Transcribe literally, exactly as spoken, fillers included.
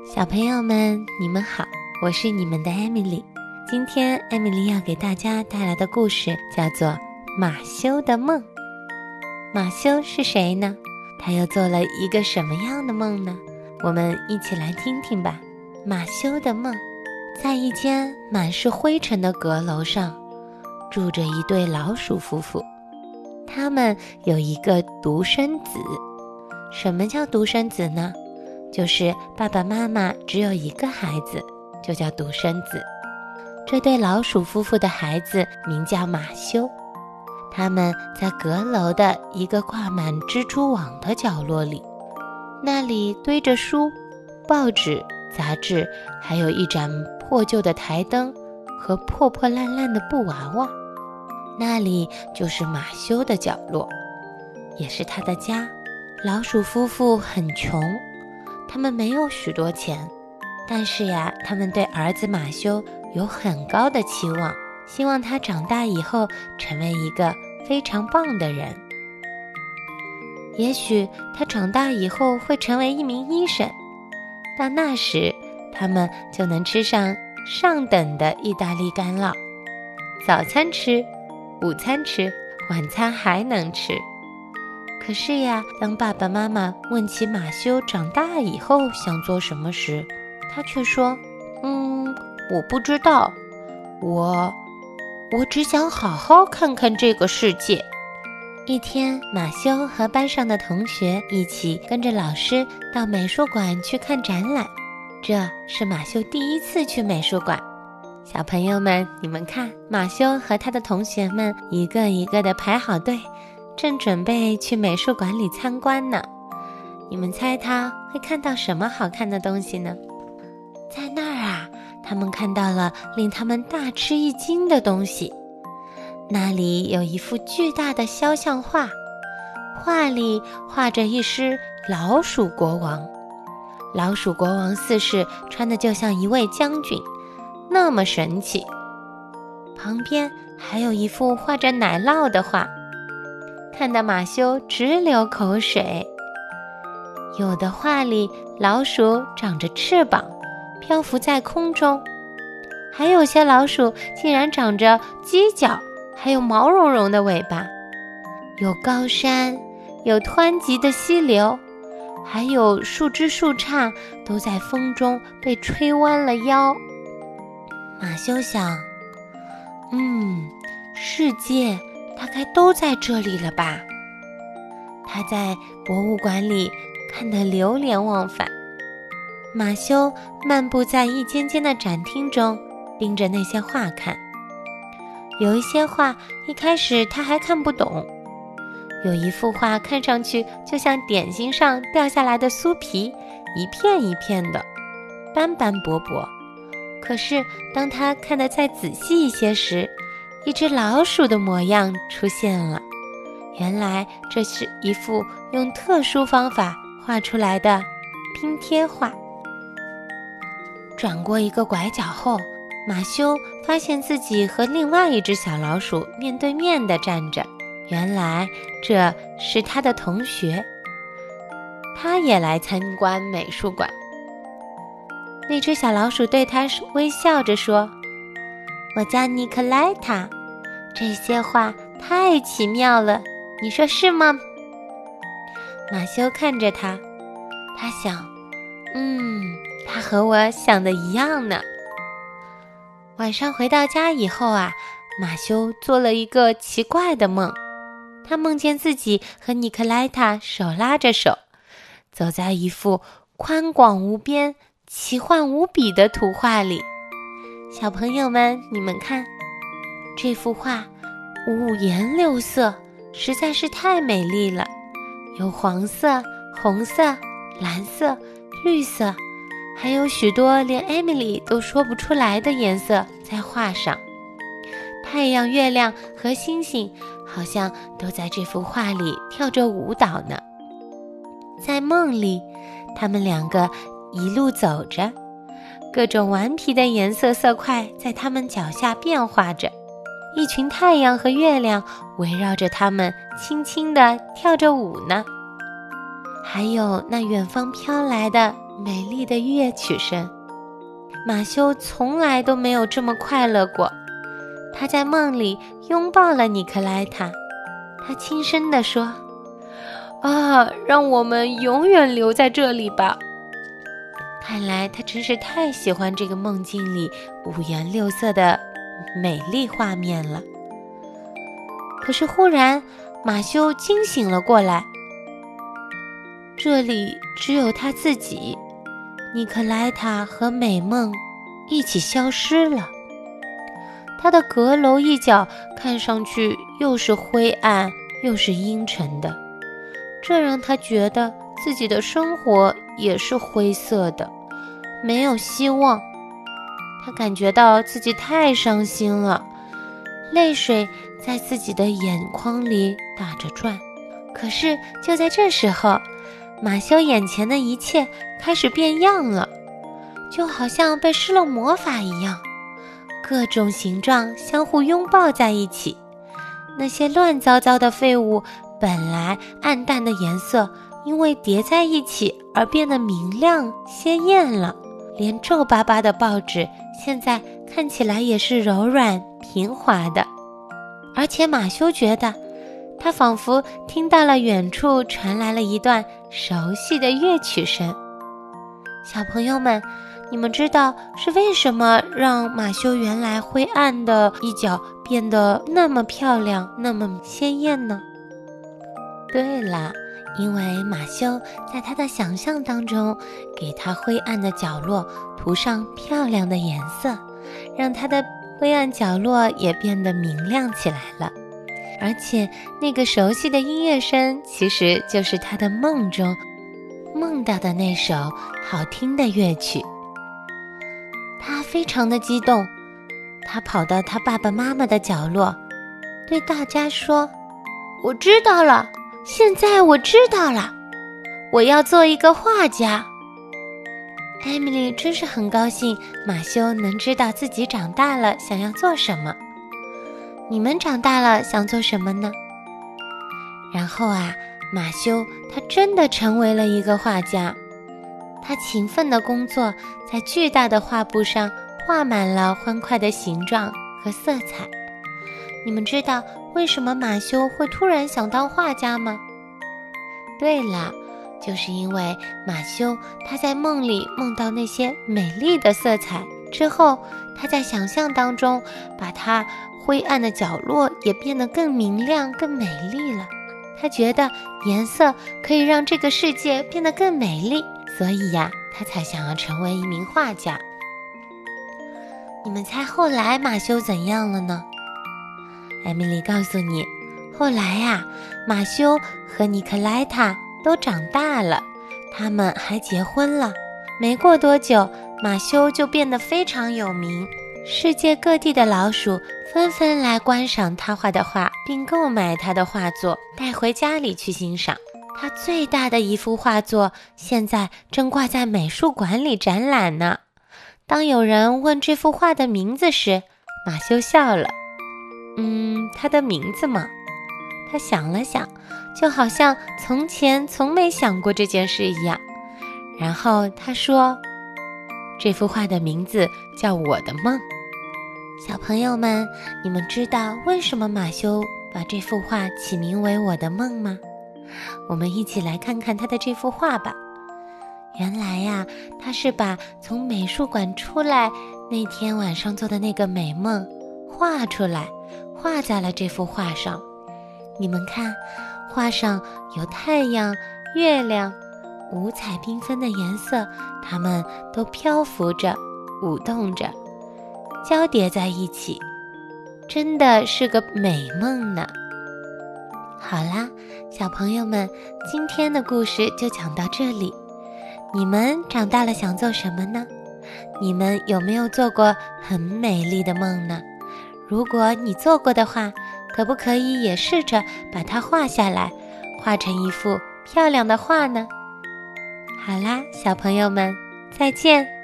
小朋友们，你们好，我是你们的艾米丽。今天艾米丽要给大家带来的故事叫做《马修的梦》。马修是谁呢？他又做了一个什么样的梦呢？我们一起来听听吧。马修的梦。在一间满是灰尘的阁楼上，住着一对老鼠夫妇。他们有一个独生子。什么叫独生子呢？就是爸爸妈妈只有一个孩子，就叫独生子。这对老鼠夫妇的孩子名叫马修。他们在阁楼的一个挂满蜘蛛网的角落里，那里堆着书、报纸、杂志，还有一盏破旧的台灯和破破烂烂的布娃娃。那里就是马修的角落，也是他的家。老鼠夫妇很穷，他们没有许多钱，但是呀，他们对儿子马修有很高的期望，希望他长大以后成为一个非常棒的人。也许他长大以后会成为一名医生，到那时他们就能吃上上等的意大利干酪，早餐吃，午餐吃，晚餐还能吃。可是呀，当爸爸妈妈问起马修长大以后想做什么时，他却说，嗯，我不知道，我我只想好好看看这个世界。一天，马修和班上的同学一起跟着老师到美术馆去看展览。这是马修第一次去美术馆。小朋友们，你们看，马修和他的同学们一个一个的排好队，正准备去美术馆里参观呢。你们猜他会看到什么好看的东西呢？在那儿啊，他们看到了令他们大吃一惊的东西。那里有一幅巨大的肖像画，画里画着一只老鼠国王。老鼠国王四世穿的就像一位将军，那么神气。旁边还有一幅画着奶酪的画，看得马修直流口水。有的画里老鼠长着翅膀，漂浮在空中，还有些老鼠竟然长着犄角，还有毛茸茸的尾巴。有高山，有湍急的溪流，还有树枝树杈都在风中被吹弯了腰。马修想，嗯，世界大概都在这里了吧。他在博物馆里看得流连忘返。马修漫步在一间间的展厅中，盯着那些画看。有一些画一开始他还看不懂，有一幅画看上去就像点心上掉下来的酥皮，一片一片的，斑斑驳驳。可是当他看得再仔细一些时，一只老鼠的模样出现了。原来这是一幅用特殊方法画出来的拼贴画。转过一个拐角后，马修发现自己和另外一只小老鼠面对面地站着。原来这是他的同学，他也来参观美术馆。那只小老鼠对他微笑着说，我叫尼克莱塔，这些画太奇妙了，你说是吗？马修看着他，他想，嗯，他和我想的一样呢。晚上回到家以后啊，马修做了一个奇怪的梦。他梦见自己和尼克莱塔手拉着手，走在一幅宽广无边、奇幻无比的图画里。小朋友们，你们看，这幅画五颜六色，实在是太美丽了。有黄色、红色、蓝色、绿色，还有许多连 Emily 都说不出来的颜色在画上。太阳、月亮和星星好像都在这幅画里跳着舞蹈呢。在梦里，他们两个一路走着，各种顽皮的颜色色块在他们脚下变化着，一群太阳和月亮围绕着他们轻轻地跳着舞呢。还有那远方飘来的美丽的乐曲声。马修从来都没有这么快乐过。他在梦里拥抱了尼克莱塔，他轻声地说：啊，让我们永远留在这里吧。看来他真是太喜欢这个梦境里五颜六色的美丽画面了。可是忽然马修惊醒了过来，这里只有他自己，尼克莱塔和美梦一起消失了。他的阁楼一角看上去又是灰暗又是阴沉的，这让他觉得自己的生活也是灰色的，没有希望。他感觉到自己太伤心了，泪水在自己的眼眶里打着转。可是就在这时候，马修眼前的一切开始变样了，就好像被施了魔法一样，各种形状相互拥抱在一起。那些乱糟糟的废物本来暗淡的颜色，因为叠在一起而变得明亮鲜艳了。连皱巴巴的报纸现在看起来也是柔软平滑的。而且马修觉得他仿佛听到了远处传来了一段熟悉的乐曲声。小朋友们，你们知道是为什么让马修原来灰暗的一角变得那么漂亮那么鲜艳呢？对了，因为马修在他的想象当中给他灰暗的角落涂上漂亮的颜色，让他的灰暗角落也变得明亮起来了。而且那个熟悉的音乐声其实就是他的梦中梦到的那首好听的乐曲。他非常的激动，他跑到他爸爸妈妈的角落，对大家说：我知道了，现在我知道了，我要做一个画家。艾米丽真是很高兴马修能知道自己长大了想要做什么。你们长大了想做什么呢？然后啊，马修他真的成为了一个画家。他勤奋的工作，在巨大的画布上画满了欢快的形状和色彩。你们知道为什么马修会突然想当画家吗？对了，就是因为马修他在梦里梦到那些美丽的色彩之后，他在想象当中把它灰暗的角落也变得更明亮更美丽了。他觉得颜色可以让这个世界变得更美丽，所以呀，他才想要成为一名画家。你们猜后来马修怎样了呢？艾米丽告诉你，后来呀，马修和尼克莱塔都长大了，他们还结婚了。没过多久，马修就变得非常有名，世界各地的老鼠纷纷来观赏他画的画，并购买他的画作带回家里去欣赏。他最大的一幅画作现在正挂在美术馆里展览呢。当有人问这幅画的名字时，马修笑了。嗯，他的名字嘛，他想了想，就好像从前从没想过这件事一样。然后他说，这幅画的名字叫《我的梦》。小朋友们，你们知道为什么马修把这幅画起名为《我的梦》吗？我们一起来看看他的这幅画吧。原来呀，他是把从美术馆出来那天晚上做的那个美梦画出来，画在了这幅画上。你们看，画上有太阳、月亮，五彩缤纷的颜色，它们都漂浮着，舞动着，交叠在一起，真的是个美梦呢。好啦，小朋友们，今天的故事就讲到这里。你们长大了想做什么呢？你们有没有做过很美丽的梦呢？如果你做过的话，可不可以也试着把它画下来，画成一幅漂亮的画呢？好啦，小朋友们，再见。